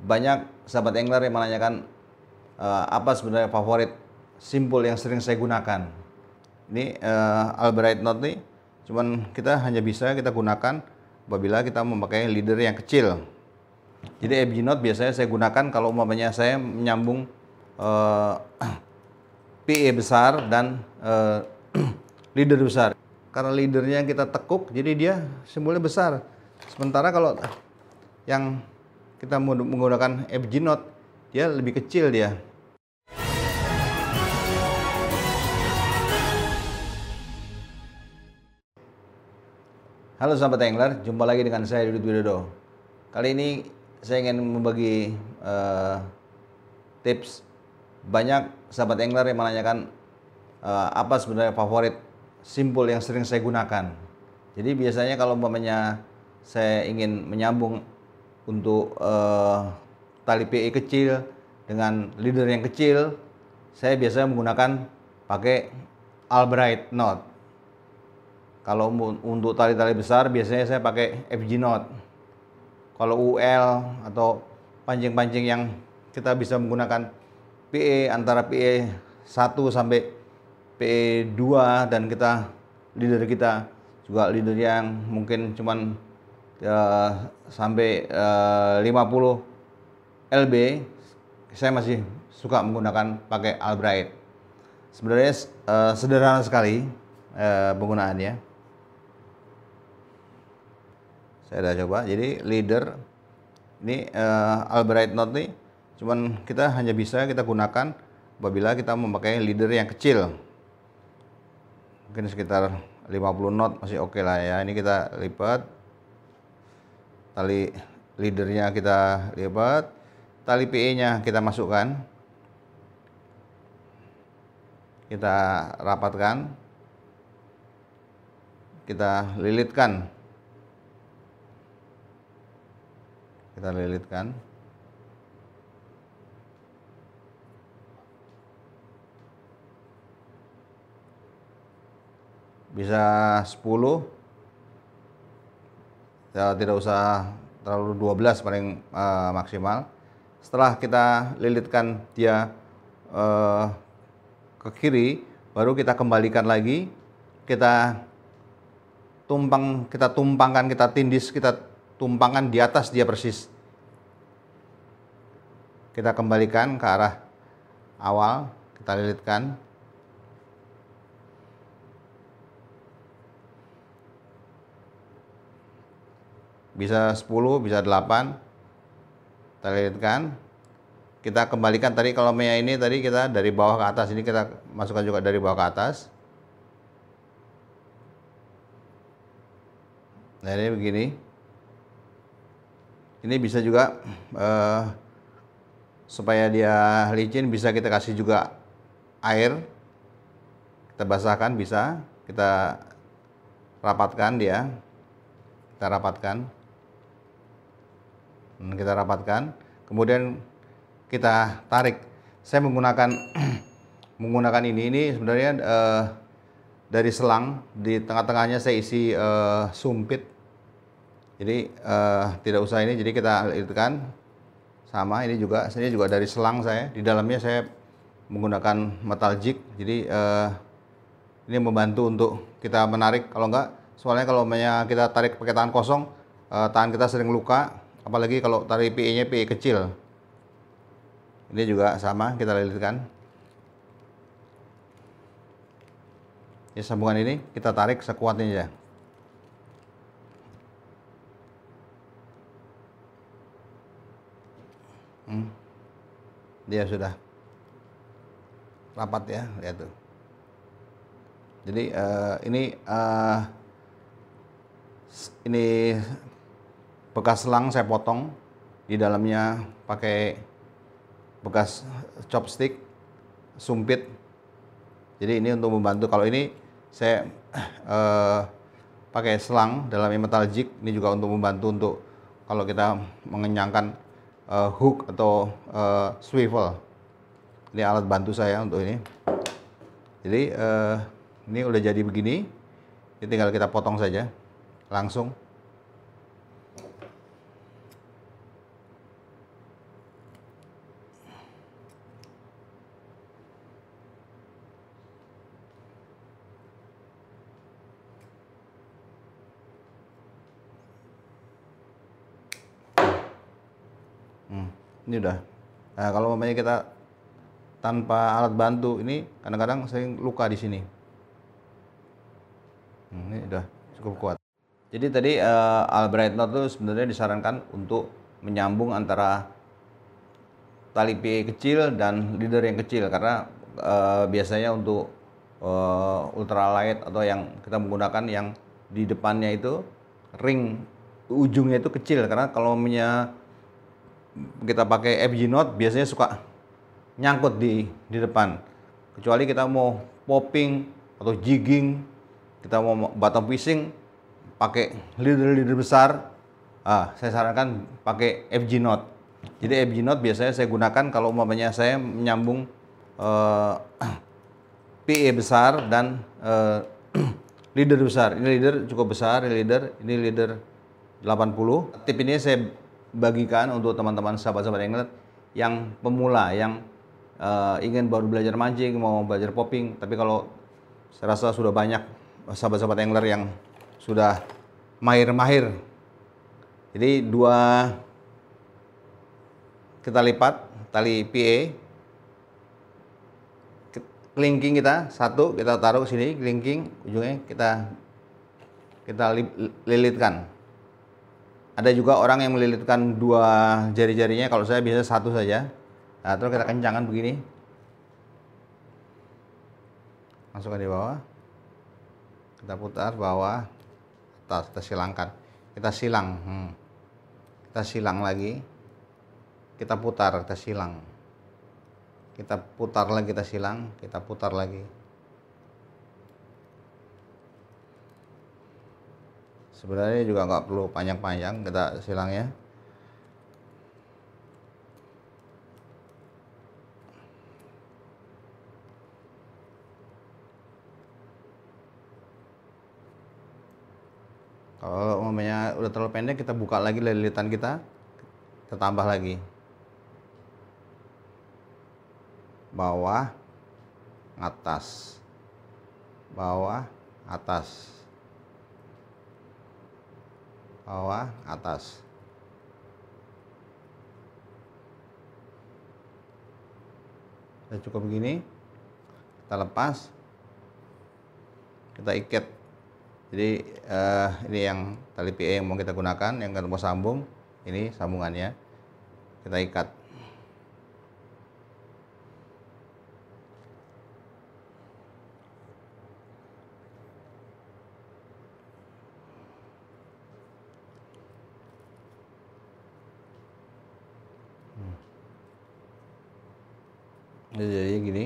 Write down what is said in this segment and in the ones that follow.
Banyak sahabat angler yang menanyakan apa sebenarnya favorit simpul yang sering saya gunakan. Ini Albright knot nih, cuman hanya bisa kita gunakan apabila kita memakai leader yang kecil. Jadi FG knot biasanya saya gunakan kalau umpamanya saya menyambung PE besar dan leader besar. Karena leadernya kita tekuk, jadi dia simpulnya besar. Sementara kalau yang kita menggunakan FG knot, dia lebih kecil dia. Halo sahabat angler, jumpa lagi dengan saya Dudut Widodo. Kali ini saya ingin membagi tips. Banyak sahabat angler yang menanyakan apa sebenarnya favorit simpul yang sering saya gunakan. Jadi biasanya kalau umpamanya saya ingin menyambung untuk tali PE kecil dengan leader yang kecil, saya biasanya menggunakan pakai Albright knot. Kalau untuk tali-tali besar biasanya saya pakai FG knot. Kalau UL atau pancing-pancing yang kita bisa menggunakan PE antara PE 1 sampai PE 2 dan leader kita juga leader yang mungkin cuman sampai 50 lb, saya masih suka menggunakan pakai Albright. Sebenarnya sederhana sekali penggunaannya. Saya udah coba. Jadi leader ini Albright knot nih, cuman hanya bisa kita gunakan apabila kita memakai leader yang kecil. Mungkin sekitar 50 knot masih oke lah ya. Ini kita lipat, tali leadernya kita lipat, tali PE-nya kita masukkan, kita rapatkan, kita lilitkan. Bisa 10 ya, tidak usah terlalu 12 paling maksimal. Setelah kita lilitkan dia ke kiri, baru kita kembalikan lagi, kita tumpangkan, kita tindis, kita tumpangkan di atas dia persis. Kita kembalikan ke arah awal, kita lilitkan. Bisa 10, bisa 8. Kita lilitkan. Kita kembalikan tadi, kalau ini tadi kita dari bawah ke atas, ini kita masukkan juga dari bawah ke atas. Nah, ini begini. Ini bisa juga supaya dia licin, bisa kita kasih juga air, kita basahkan, bisa kita rapatkan dia, kita rapatkan, kemudian kita tarik. Saya menggunakan ini sebenarnya dari selang, di tengah-tengahnya saya isi sumpit. Jadi tidak usah ini, jadi kita lilitkan. Sama ini juga dari selang saya. Di dalamnya saya menggunakan metal jig. Jadi ini membantu untuk kita menarik. Kalau enggak, soalnya kalau kita tarik pakai tangan kosong, tangan kita sering luka. Apalagi kalau tali PE-nya PE kecil. Ini juga sama, kita lilitkan. Ini sambungan ini kita tarik sekuatnya aja. Dia sudah rapat ya, lihat tuh. Jadi ini bekas selang saya potong, di dalamnya pakai bekas chopstick, sumpit. Jadi ini untuk membantu. Kalau ini saya pakai selang dalamnya metal jig. Ini juga untuk membantu untuk kalau kita mengenyangkan hook atau swivel. Ini alat bantu saya untuk ini. Jadi ini udah jadi begini. Ini tinggal kita potong saja langsung. Ini udah. Nah, kalau umpamanya kita tanpa alat bantu ini kadang-kadang sering luka di sini. Ini udah cukup kuat. Jadi tadi Albright knot itu sebenarnya disarankan untuk menyambung antara tali PA kecil dan leader yang kecil, karena biasanya untuk ultralight atau yang kita menggunakan yang di depannya itu ring ujungnya itu kecil, karena kalau kita pakai FG knot biasanya suka nyangkut di depan. Kecuali kita mau popping atau jigging, kita mau bottom fishing pakai leader besar, saya sarankan pakai FG knot. Jadi FG knot biasanya saya gunakan kalau umpamanya saya menyambung PE besar dan leader besar. Ini leader cukup besar, ini leader 80. Tip ini saya bagikan untuk teman-teman sahabat-sahabat angler yang pemula, yang ingin baru belajar mancing, mau belajar popping. Tapi kalau saya rasa sudah banyak sahabat-sahabat angler yang sudah mahir. Jadi kita lipat tali PA, kelingking kita satu, kita taruh ke sini, kelingking ujungnya kita lilitkan. Ada juga orang yang melilitkan dua jari-jarinya, kalau saya biasa satu saja. Nah, terus kita kencangkan begini, masukkan di bawah, kita putar bawah, atas, kita silangkan, kita silang lagi, kita putar, kita silang, kita putar lagi, kita silang, kita putar lagi. Sebenarnya juga nggak perlu panjang-panjang kita silangnya. Kalau umpamanya udah terlalu pendek, kita buka lagi lilitan kita tambah lagi. Bawah, atas, bawah, atas, bawah, atas. Sudah cukup begini, kita lepas, kita ikat. Jadi ini yang tali PA yang mau kita gunakan, yang kita mau sambung, ini sambungannya, kita ikat. Jadi gini.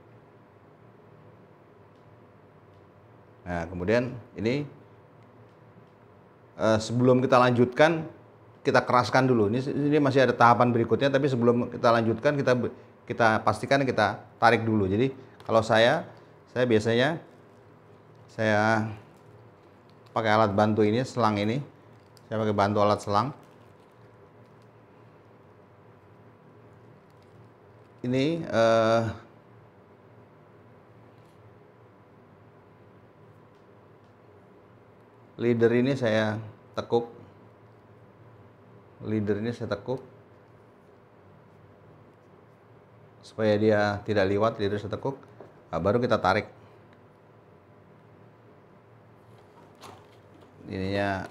Nah, kemudian ini sebelum kita lanjutkan, kita keraskan dulu. Ini masih ada tahapan berikutnya, tapi sebelum kita lanjutkan, kita pastikan kita tarik dulu. Jadi kalau saya biasanya saya pakai alat bantu ini, selang ini. Saya pakai bantu alat selang. Ini leader ini saya tekuk. Supaya dia tidak liwat, leader saya tekuk. Nah, baru kita tarik. Ininya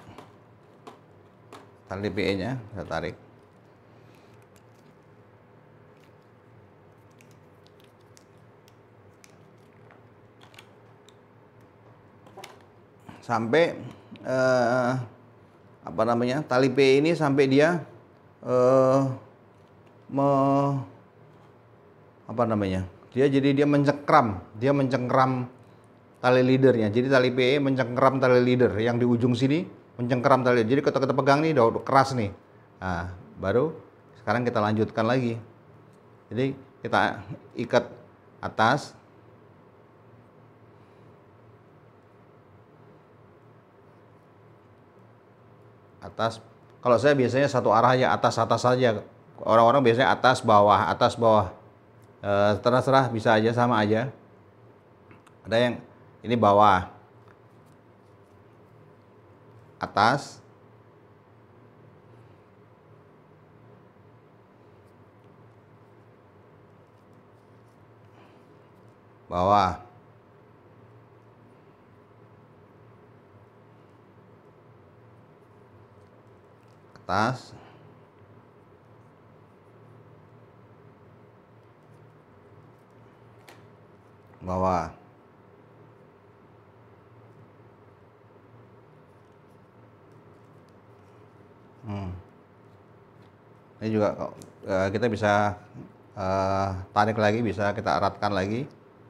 tali PE-nya saya tarik. Sampai tali PE ini sampai dia dia mencengkram tali leadernya. Jadi tali PE mencengkram tali leader yang di ujung sini, mencengkram tali. Jadi kalau kita pegang nih udah keras nih. Nah, baru sekarang kita lanjutkan lagi. Jadi kita ikat atas, kalau saya biasanya satu arah aja, atas saja. Orang-orang biasanya atas bawah. Terserah, bisa aja, sama aja. Ada yang ini bawah, atas, bawah, atas, bawah. Ini juga kita bisa tarik lagi, bisa kita eratkan lagi.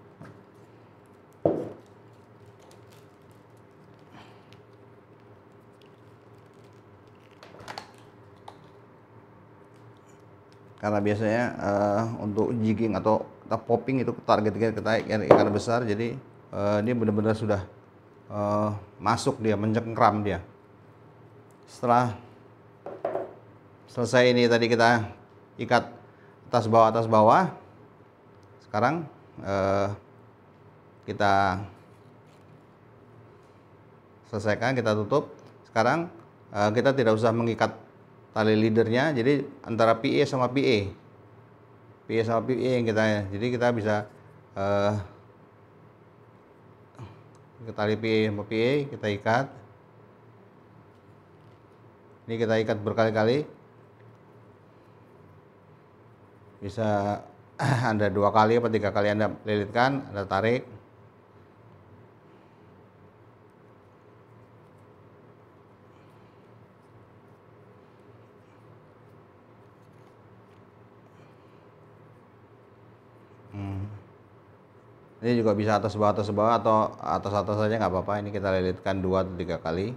Karena biasanya untuk jigging atau popping itu target kita ikan besar, jadi ini benar-benar sudah masuk dia, mencengkram dia. Setelah selesai ini tadi kita ikat atas bawah. Sekarang kita selesaikan, kita tutup. Sekarang kita tidak usah mengikat tali leadernya, jadi antara PE sama PE yang jadi kita bisa tali PE sama PE kita ikat. Ini kita ikat berkali-kali, bisa Anda 2 kali atau 3 kali Anda lilitkan, Anda tarik. Ini juga bisa atas bawah atau atas saja nggak apa-apa. Ini kita lilitkan 2 atau 3 kali.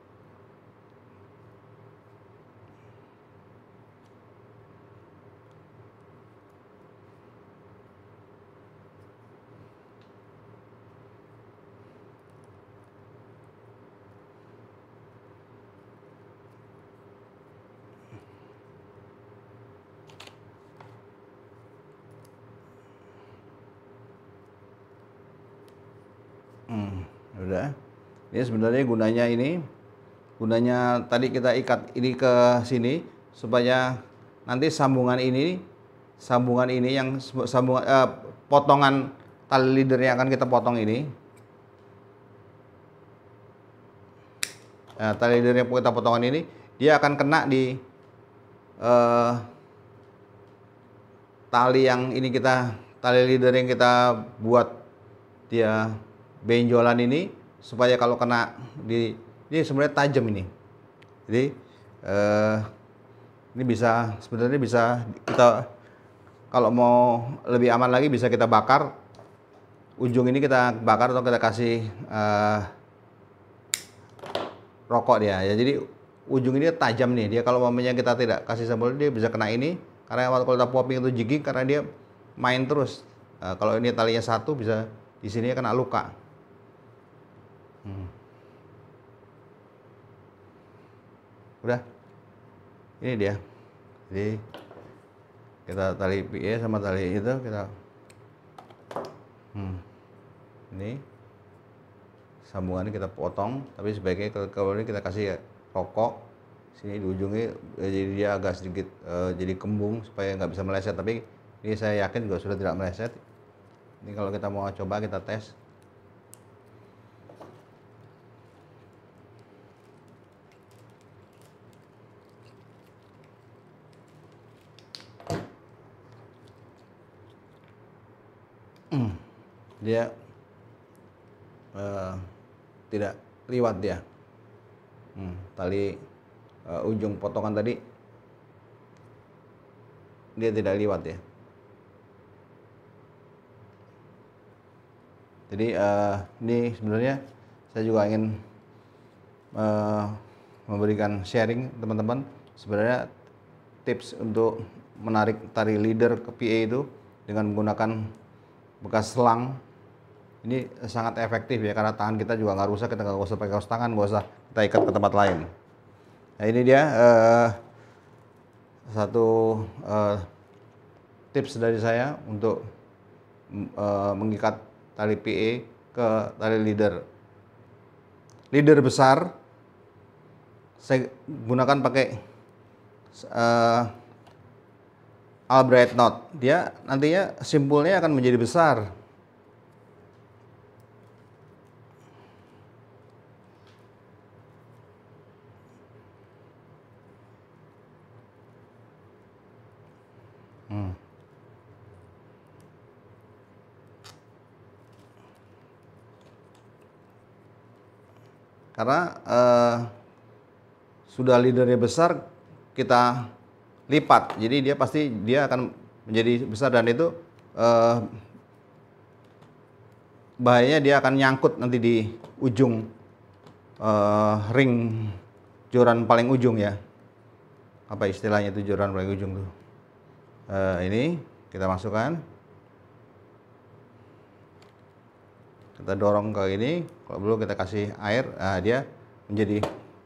Udah. Ini sebenarnya gunanya tadi kita ikat ini ke sini supaya nanti sambungan ini yang potongan tali leader yang akan kita potong ini. Nah, tali leader yang kita potongan ini dia akan kena di tali leader yang kita buat dia benjolan ini, supaya kalau kena ini sebenarnya tajam ini. Jadi ini sebenarnya bisa kita, kalau mau lebih aman lagi, bisa kita bakar ujung ini, kita bakar atau kita kasih rokok dia ya. Jadi ujung ini tajam nih, dia kalau mamanya kita tidak kasih sambal dia bisa kena ini, karena kalau kita popping itu jigging karena dia main terus. Kalau ini talinya satu, bisa di sini kena luka. Udah, ini dia. Jadi kita tali PE sama tali itu kita ini sambungannya kita potong, tapi sebaiknya kalau ini kita kasih rokok sini di ujungnya, jadi dia agak sedikit jadi kembung supaya nggak bisa meleset. Tapi ini saya yakin juga sudah tidak meleset. Ini kalau kita mau coba, kita tes. Dia tidak liwat dia. Tali ujung potongan tadi dia tidak liwat ya. Jadi ini sebenarnya saya juga ingin memberikan sharing teman-teman, sebenarnya tips untuk menarik tali leader ke PA itu dengan menggunakan bekas selang. Ini sangat efektif ya, karena tangan kita juga nggak rusak, kita nggak usah pakai kaos tangan, nggak usah kita ikat ke tempat lain. Nah ini dia satu tips dari saya untuk mengikat tali PE ke tali leader besar. Saya gunakan pakai Albright knot. Dia nantinya simpulnya akan menjadi besar. Karena sudah leadernya besar, kita lipat, jadi dia akan menjadi besar, dan itu bahayanya dia akan nyangkut nanti di ujung ring joran paling ujung ya. Apa istilahnya itu joran paling ujung tuh? Ini kita masukkan, kita dorong ke ini. Kalau belum kita kasih air, dia menjadi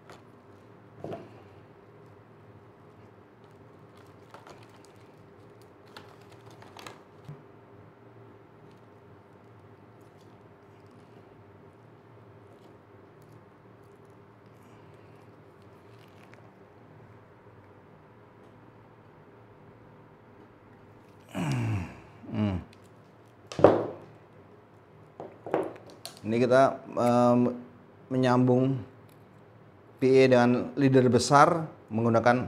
ini kita menyambung PA dengan leader besar menggunakan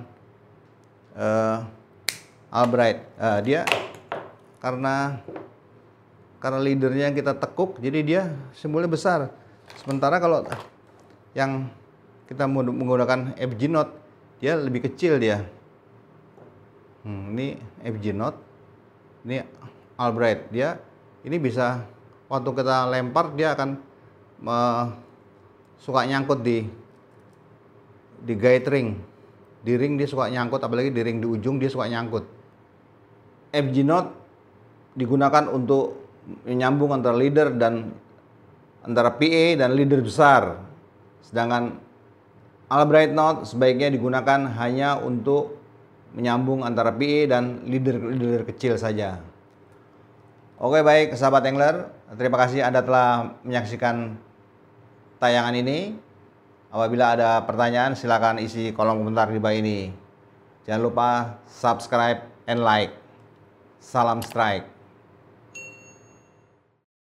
Albright. Dia karena leadernya kita tekuk, jadi dia simbolnya besar. Sementara kalau yang kita menggunakan FG Note, dia lebih kecil dia. Ini FG Note, ini Albright. Dia ini bisa waktu kita lempar dia akan suka nyangkut di guide ring. Di ring dia suka nyangkut, apalagi di ring di ujung dia suka nyangkut. FG Note digunakan untuk menyambung antara leader dan antara PA dan leader besar. Sedangkan Albright Note sebaiknya digunakan hanya untuk menyambung antara PA dan leader kecil saja. Oke, baik sahabat angler, terima kasih Anda telah menyaksikan tayangan ini. Apabila ada pertanyaan, silakan isi kolom komentar di bawah ini. Jangan lupa subscribe and like. Salam strike.